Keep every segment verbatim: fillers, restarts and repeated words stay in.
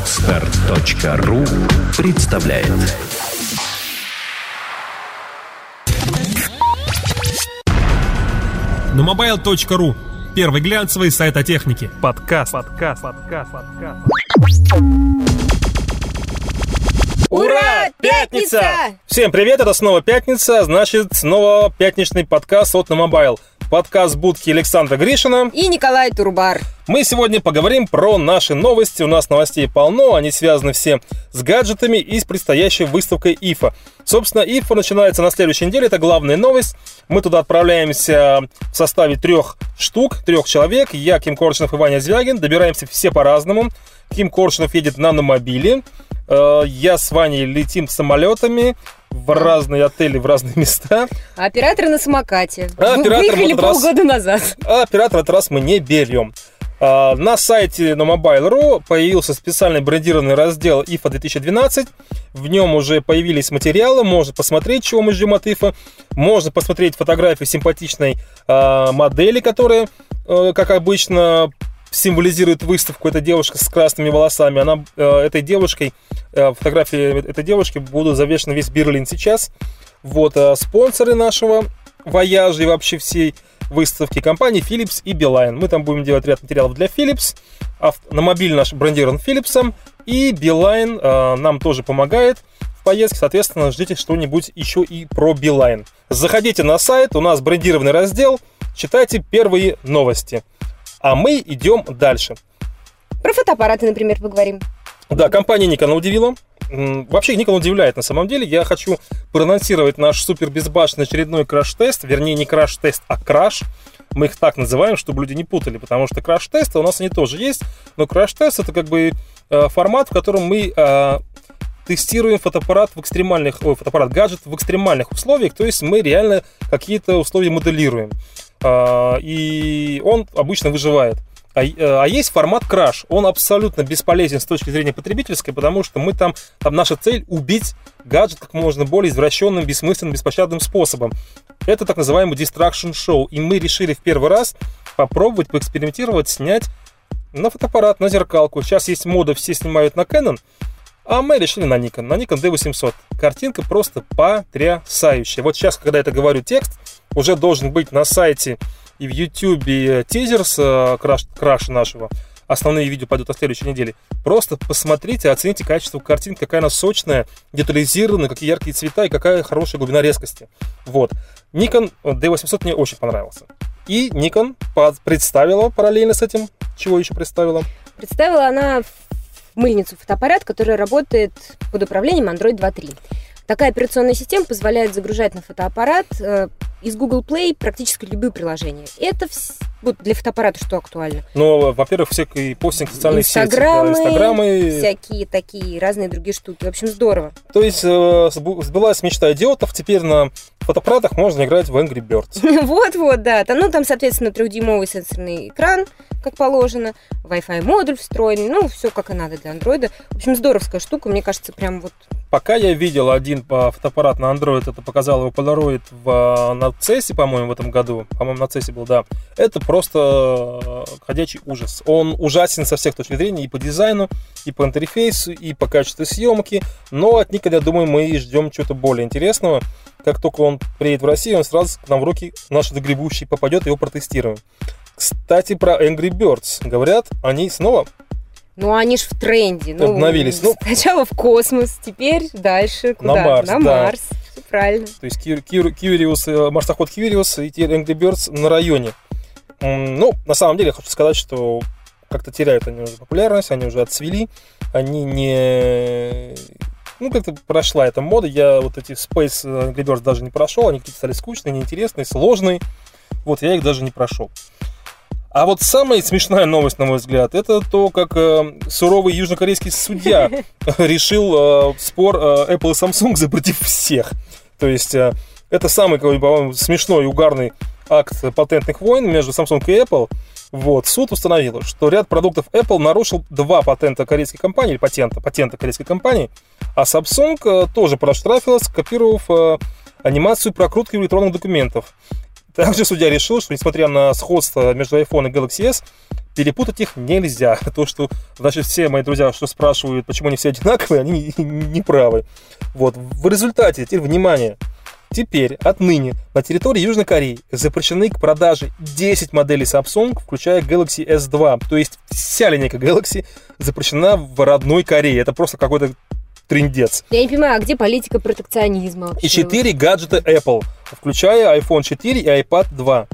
Подстер точка ру представляет. Numobile точка ру. Первый глянцевый сайт о технике. Подкаст. Подкаст. Подкаст. Подкаст. Ура! Пятница! Всем привет, это снова пятница, значит, снова пятничный подкаст от Numobile. Подкаст будки Александра Гришина и Николай Турбар. Мы сегодня поговорим про наши новости. У нас новостей полно, они связаны все с гаджетами и с предстоящей выставкой ай эф эй. Собственно, ай эф эй начинается на следующей неделе, это главная новость. Мы туда отправляемся в составе трех штук, трех человек. Я, Ким Коршунов и Ваня Звягин. Добираемся все по-разному. Ким Коршунов едет на Номобиле. Я с Ваней летим самолетами в разные отели, в разные места. А оператор на самокате. А Вы выехали полгода раз... назад. А оператор этот раз мы не берем. А, на сайте Numobile точка ру появился специальный брендированный раздел ай эф эй две тысячи двенадцать. В нем уже появились материалы. Можно посмотреть, чего мы ждем от ай эф эй. Можно посмотреть фотографию симпатичной а, модели, которая, а, как обычно, символизирует выставку. Эта девушка с красными волосами. Она, э, этой девушкой, э, фотографии этой девушки будут завешены весь Берлин сейчас. Вот, э, спонсоры нашего вояжа и вообще всей выставки — компании Philips и Beeline. Мы там будем делать ряд материалов для Philips. Номобиль наш брендирован Philips'ом. И Beeline э, нам тоже помогает в поездке. Соответственно, ждите что-нибудь еще и про Beeline. Заходите на сайт, у нас брендированный раздел. Читайте первые новости. А мы идем дальше. Про фотоаппараты, например, поговорим. Да, компания Nikon удивила. Вообще, Nikon удивляет на самом деле. Я хочу проанонсировать наш супер безбашенный очередной краш-тест. Вернее, не краш-тест, а краш. Мы их так называем, чтобы люди не путали. Потому что краш-тесты у нас они тоже есть. Но краш-тест — это как бы э, формат, в котором мы э, тестируем фотоаппарат в экстремальных... Ой, фотоаппарат, гаджет в экстремальных условиях. То есть мы реально какие-то условия моделируем. И он обычно выживает. А, а есть формат краш. Он абсолютно бесполезен с точки зрения потребительской, потому что мы там, там наша цель — убить гаджет как можно более извращенным, бессмысленным, беспощадным способом. Это так называемый distraction show. И мы решили в первый раз попробовать, поэкспериментировать, снять на фотоаппарат, на зеркалку. Сейчас есть мода, все снимают на Canon, а мы решили на Nikon, на Nikon ди восемьсот. Картинка просто потрясающая. Вот сейчас, когда я это говорю, текст уже должен быть на сайте и в YouTube тизер с краш, краша нашего. Основные видео пойдут на следующей неделе. Просто посмотрите, оцените качество картинки, какая она сочная, детализированная, какие яркие цвета и какая хорошая глубина резкости. Вот. Nikon ди восемьсот мне очень понравился. И Nikon представила параллельно с этим. Чего еще представила? Представила она мыльницу фотоаппарат, которая работает под управлением Android два точка три. Такая операционная система позволяет загружать на фотоаппарат э, из Google Play практически любые приложения. Это вс... вот для фотоаппарата что актуально? Ну, во-первых, всякие постинг, социальные Инстаграмы, сети, да, инстаграмы, всякие такие разные другие штуки. В общем, здорово. То есть э, сбылась мечта идиотов. Теперь на фотоаппаратах можно играть в Angry Birds. Вот-вот, да. Ну, там, соответственно, трехдюймовый сенсорный экран, как положено, Wi-Fi модуль встроенный, ну, все как и надо для андроида. В общем, здоровская штука, мне кажется, прям вот... Пока я видел один фотоаппарат на Android, это показал его Polaroid в, на цесе, по-моему, в этом году. По-моему, на цесе был, да. Это просто ходячий ужас. Он ужасен со всех точек зрения, и по дизайну, и по интерфейсу, и по качеству съемки. Но от Nikon, я думаю, мы ждем чего-то более интересного. Как только он приедет в Россию, он сразу к нам в руки наши догребущие попадет, его протестируем. Кстати, про Angry Birds. Говорят, они снова... Ну, они ж в тренде. Ну, обновились. Ну, сначала в космос, теперь дальше куда? На Марс, на да. Марс. Все правильно. То есть Curious, марсоход Curious и теперь Angry Birds на районе. Ну, на самом деле, я хочу сказать, что как-то теряют они уже популярность, они уже отцвели. Они не... Ну, как-то прошла эта мода. Я вот эти Space Angry Birds даже не прошел. Они какие-то стали скучные, неинтересные, сложные. Вот, я их даже не прошел. А вот самая смешная новость, на мой взгляд, это то, как э, суровый южнокорейский судья решил э, спор э, Apple и Samsung запретив всех. То есть э, это самый, по-моему, смешной и угарный акт патентных войн между Samsung и Apple. Вот, суд установил, что ряд продуктов Apple нарушил два патента корейской компании, или патента, патента корейской компании, а Samsung э, тоже проштрафилась, скопировав э, анимацию прокрутки электронных документов. Также судья решил, что, несмотря на сходство между iPhone и Galaxy S, перепутать их нельзя. То, что, значит, все мои друзья, что спрашивают, почему они все одинаковые, они не правы. Вот, в результате, теперь, внимание, теперь, отныне, на территории Южной Кореи запрещены к продаже десять моделей Samsung, включая Galaxy эс два. То есть вся линейка Galaxy запрещена в родной Корее. Это просто какой-то трындец. Я не понимаю, а где политика протекционизма вообще? И четыре гаджета Apple, включая айфон четыре и айпад два.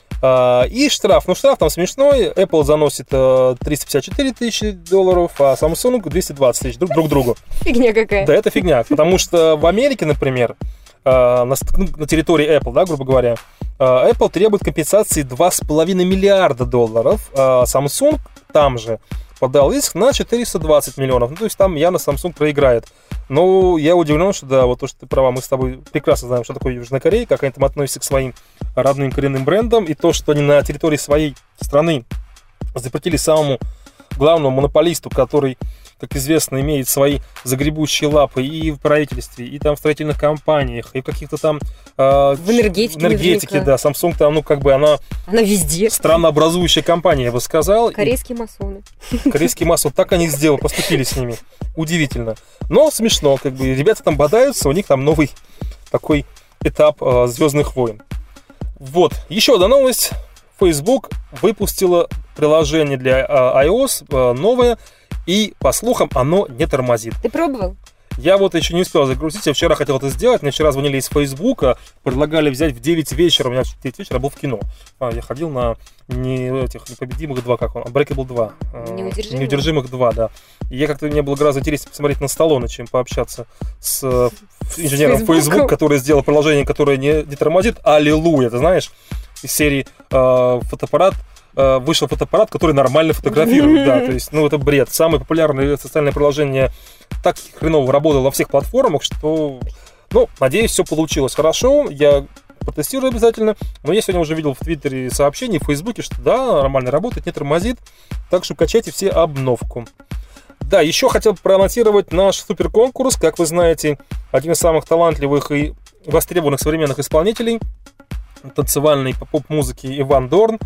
И штраф. Ну, штраф там смешной. Apple заносит триста пятьдесят четыре тысячи долларов, а Samsung двести двадцать тысяч друг, друг другу. Фигня какая. Да, это фигня. Потому что в Америке, например, на, на территории Apple, да, грубо говоря, Apple требует компенсации два с половиной миллиарда долларов, а Samsung там же подал иск на четыреста двадцать миллионов. Ну, то есть там явно Samsung проиграет. Но я удивлен, что да, вот то, что ты права, мы с тобой прекрасно знаем, что такое Южная Корея, как они там относятся к своим родным коренным брендам, и то, что они на территории своей страны запретили самому главному монополисту, который, как известно, имеет свои загребущие лапы и в правительстве, и там в строительных компаниях, и в каких-то там... Э, в энергетике. В энергетике, да. Samsung там, ну, как бы она... Она везде. Странообразующая компания, я бы сказал. Корейские и... масоны. Корейские масоны. Так они сделали, поступили с ними. Удивительно. Но смешно, как бы. Ребята там бодаются, у них там новый такой этап э, «Звездных войн». Вот. Еще одна новость. Facebook выпустила приложение для э, iOS э, новое, и, по слухам, оно не тормозит. Ты пробовал? Я вот еще не успел загрузить, я вчера хотел это сделать, мне вчера звонили из Фейсбука, предлагали взять в девять вечера, у меня в девять вечера был в кино. А, я ходил на не этих непобедимых два, как он, Unbreakable два. Неудержимых? Неудержимых два, да. И я как-то, мне было гораздо интереснее посмотреть на Сталлоне, чем пообщаться с инженером с Facebook, который сделал приложение, которое не, не тормозит. Аллилуйя, ты знаешь, из серии э, фотоаппарат. Вышел фотоаппарат, который нормально фотографирует, да, то есть, ну, это бред. Самое популярное социальное приложение так хреново работало во всех платформах, что, ну, надеюсь, все получилось хорошо, я протестирую обязательно, но я сегодня уже видел в Твиттере сообщение, в Фейсбуке, что да, нормально работает, не тормозит, так что качайте все обновку. Да, еще хотел проанонсировать наш суперконкурс, как вы знаете, один из самых талантливых и востребованных современных исполнителей танцевальной поп-музыки Иван Дорн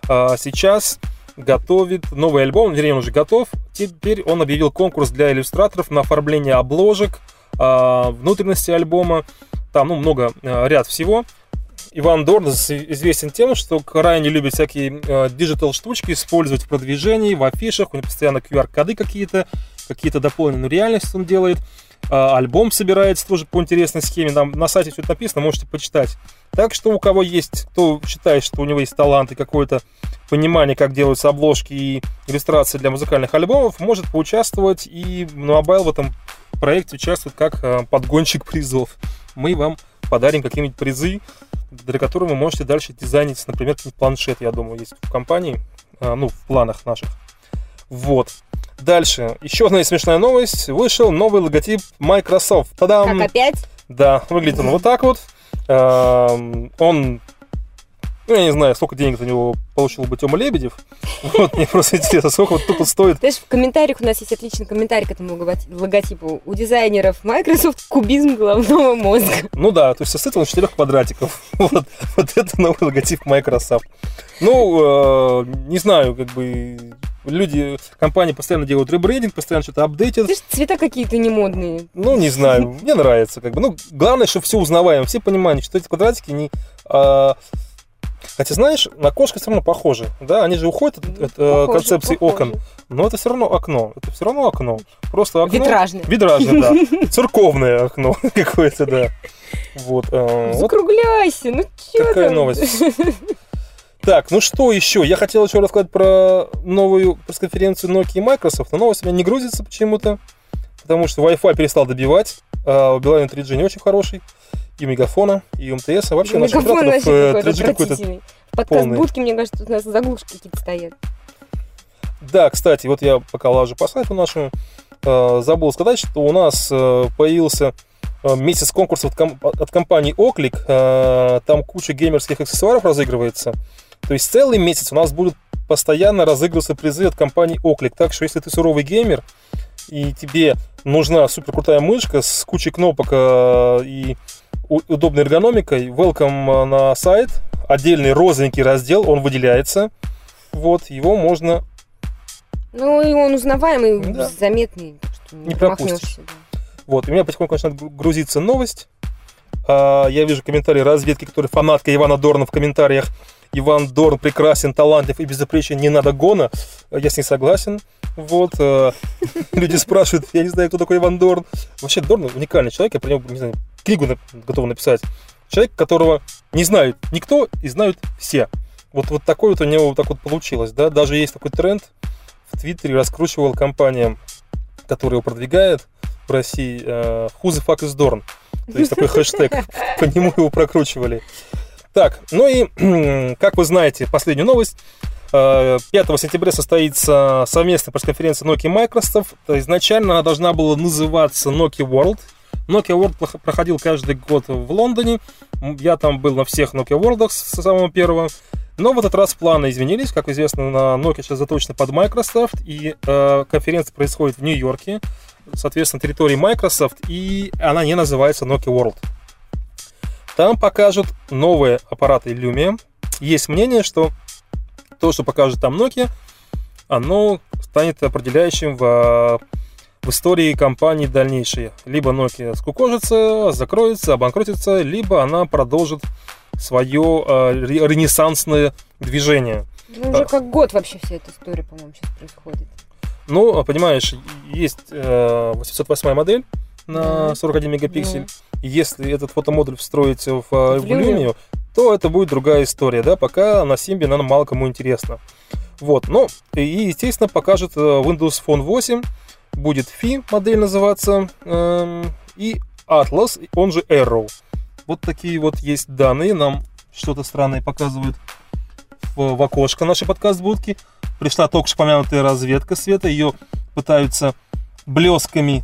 сейчас готовит новый альбом, вернее, он уже готов. Теперь он объявил конкурс для иллюстраторов на оформление обложек, внутренности альбома. Там, ну, много, ряд всего. Иван Дорн известен тем, что крайне любит всякие диджитал штучки использовать в продвижении, в афишах. У него постоянно ку ар-коды какие-то, какие-то дополненную реальность он делает. Альбом собирается тоже по интересной схеме. Там на сайте все это написано, можете почитать. Так что у кого есть, кто считает, что у него есть талант и какое-то понимание, как делаются обложки и иллюстрации для музыкальных альбомов, может поучаствовать, и Mobile в этом проекте участвует как подгонщик призов. Мы вам подарим какие-нибудь призы, для которых вы можете дальше дизайнить, например, какой-нибудь планшет, я думаю, есть в компании, ну, в планах наших. Вот. Дальше. Еще одна смешная новость. Вышел новый логотип Microsoft. Та-дам! Как опять? Да, выглядит он вот так вот. Он, ну, я не знаю, сколько денег за него получил бы Тёма Лебедев. Вот, мне просто интересно, сколько вот тупо стоит. Знаешь, в комментариях у нас есть отличный комментарий к этому логотипу. У дизайнеров Microsoft кубизм головного мозга. Ну да, то есть состоит он из четырех квадратиков. Вот, вот это новый логотип Microsoft. Ну, э, не знаю, как бы... Люди, компании постоянно делают ребрендинг, постоянно что-то апдейтят. Слышь, цвета какие-то не модные. Ну, не знаю, мне нравится. Как бы. Ну, главное, что все узнаваем, все понимают, что эти квадратики не... А... Хотя, знаешь, на окошко все равно похожи. Да, они же уходят от, от похоже, концепции похоже. окон. Но это все равно окно. Это все равно окно. Просто окно. Витражное. Витражное, да. Церковное окно какое-то, да. Вот. Закругляйся, ну что там? Какая новость. Так, ну что еще? Я хотел еще рассказать про новую пресс-конференцию Nokia и Microsoft, но новость у меня не грузится почему-то, потому что Wi-Fi перестал добивать, а у Билайна три джи не очень хороший, и у Мегафона, и у МТС, а вообще наших операторов три джи какой-то полный. В подкаст-будке, мне кажется, у нас заглушки какие-то стоят. Да, кстати, вот я пока лажу по сайту нашему, забыл сказать, что у нас появился месяц конкурсов от, ком- от компании Oklик, там куча геймерских аксессуаров разыгрывается. То есть целый месяц у нас будут постоянно разыгрываться призы от компании Oklик. Так что если ты суровый геймер и тебе нужна суперкрутая мышка с кучей кнопок э, и у- удобной эргономикой, welcome на сайт, отдельный розовенький раздел, он выделяется. Вот, его можно... Ну, и он узнаваемый, Да. заметный, так что не, Не промахнешься, да. Вот, у меня потихоньку начинает грузиться новость. А, я вижу комментарии разведки, которые фанатка Ивана Дорна в комментариях. Иван Дорн прекрасен, талантлив и безупречен, не надо гона. Я с ней согласен. Вот. э, Люди спрашивают, я не знаю, кто такой Иван Дорн. Вообще, Дорн уникальный человек, я про него, не знаю, книгу на- готов написать. Человек, которого не знают никто и знают все. Вот, вот такое вот у него вот так вот получилось, да. Даже есть такой тренд в Твиттере, раскручивал компания, которая его продвигает в России, э, Who the fuck is Dorn? То есть такой хэштег, по нему его прокручивали. Так, ну и, как вы знаете, последнюю новость. пятого сентября состоится совместная пресс-конференция Nokia и Microsoft. Изначально она должна была называться Nokia World. Nokia World проходил каждый год в Лондоне. Я там был на всех Nokia World'ах с самого первого. Но в этот раз планы изменились. Как известно, на Nokia сейчас заточена под Microsoft. И э, конференция происходит в Нью-Йорке. Соответственно, территории Microsoft. И она не называется Nokia World. Там покажут новые аппараты Lumia. Есть мнение, что то, что покажет там Nokia, оно станет определяющим в, в истории компании дальнейшей. Либо Nokia скукожится, закроется, обанкротится, либо она продолжит свое э, ренессансное движение. Ну, уже как год вообще вся эта история, по-моему, сейчас происходит. Ну, понимаешь, есть э, восемьсот восьмая модель на Да. сорок один мегапиксель. Да. Если этот фотомодуль встроить в, в, В Lumia. Lumia, то это будет другая история, да, пока на Symbian она мало кому интересна. Вот, ну, и, естественно, покажет э, Windows Phone восемь, будет Phi модель называться, эм, и Atlas, он же Arrow. Вот такие вот есть данные, нам что-то странное показывают в, в окошко нашей подкаст-будки. Пришла только что помянутая разведка света, ее пытаются блесками...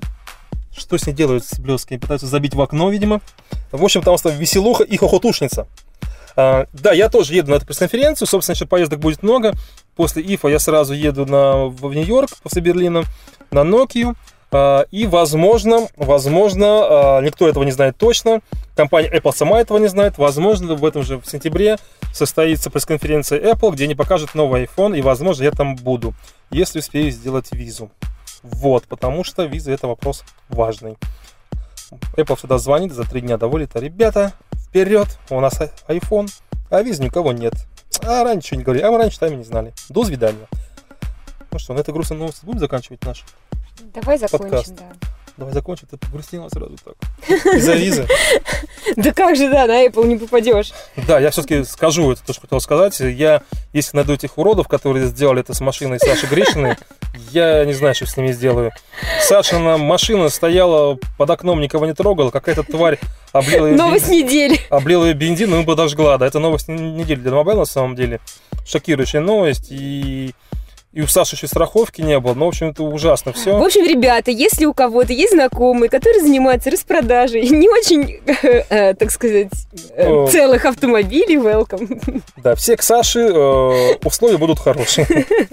Что с ней делают с блесками? Пытаются забить в окно, видимо. В общем, там осталась веселуха и хохотушница. А, да, я тоже еду на эту пресс-конференцию. Собственно, еще поездок будет много. После ИФА я сразу еду на, в Нью-Йорк, после Берлина, на Nokia. А, и, возможно, возможно, а, никто этого не знает точно. Компания Apple сама этого не знает. Возможно, в этом же в сентябре состоится пресс-конференция Apple, где они покажут новый iPhone. И, возможно, я там буду, если успею сделать визу. Вот, потому что виза — это вопрос важный. Apple сюда звонит, за три дня доволит. А ребята, вперед, у нас iPhone, а визы никого нет. А раньше не говорили, а мы раньше сами не знали. До свидания. Ну что, на этой грустной новости будем заканчивать наш Давай закончим, подкаст? да. Давай закончим, ты погрустила сразу так. Из-за визы. Да как же, да, на Apple не попадешь. Да, я все-таки скажу это, то, что хотел сказать. Я, если найду этих уродов, которые сделали это с машиной Саши Гришиной, я не знаю, что с ними сделаю. Сашина машина стояла под окном, никого не трогала. Какая-то тварь облила ее, Новость бензин, недели. облила ее бензином и подожгла. Да, это новость недели для мобайла, на самом деле. Шокирующая новость. И... И у Саши еще страховки не было. Ну, в общем, это ужасно все. В общем, ребята, если у кого-то есть знакомые, которые занимаются распродажей не очень, э, так сказать, э, О. целых автомобилей, welcome. Да, все к Саше, э, условия будут хорошие.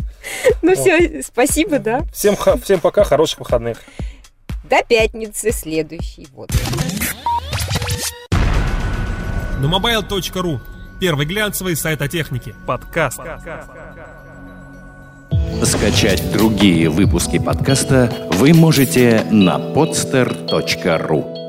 Ну все, спасибо, да. Всем, ха- всем пока, хороших выходных. До пятницы следующей. Вот. Numobile точка ру. Первый глянцевый сайт о технике. Подкаст. Скачать другие выпуски подкаста вы можете на podster точка ру.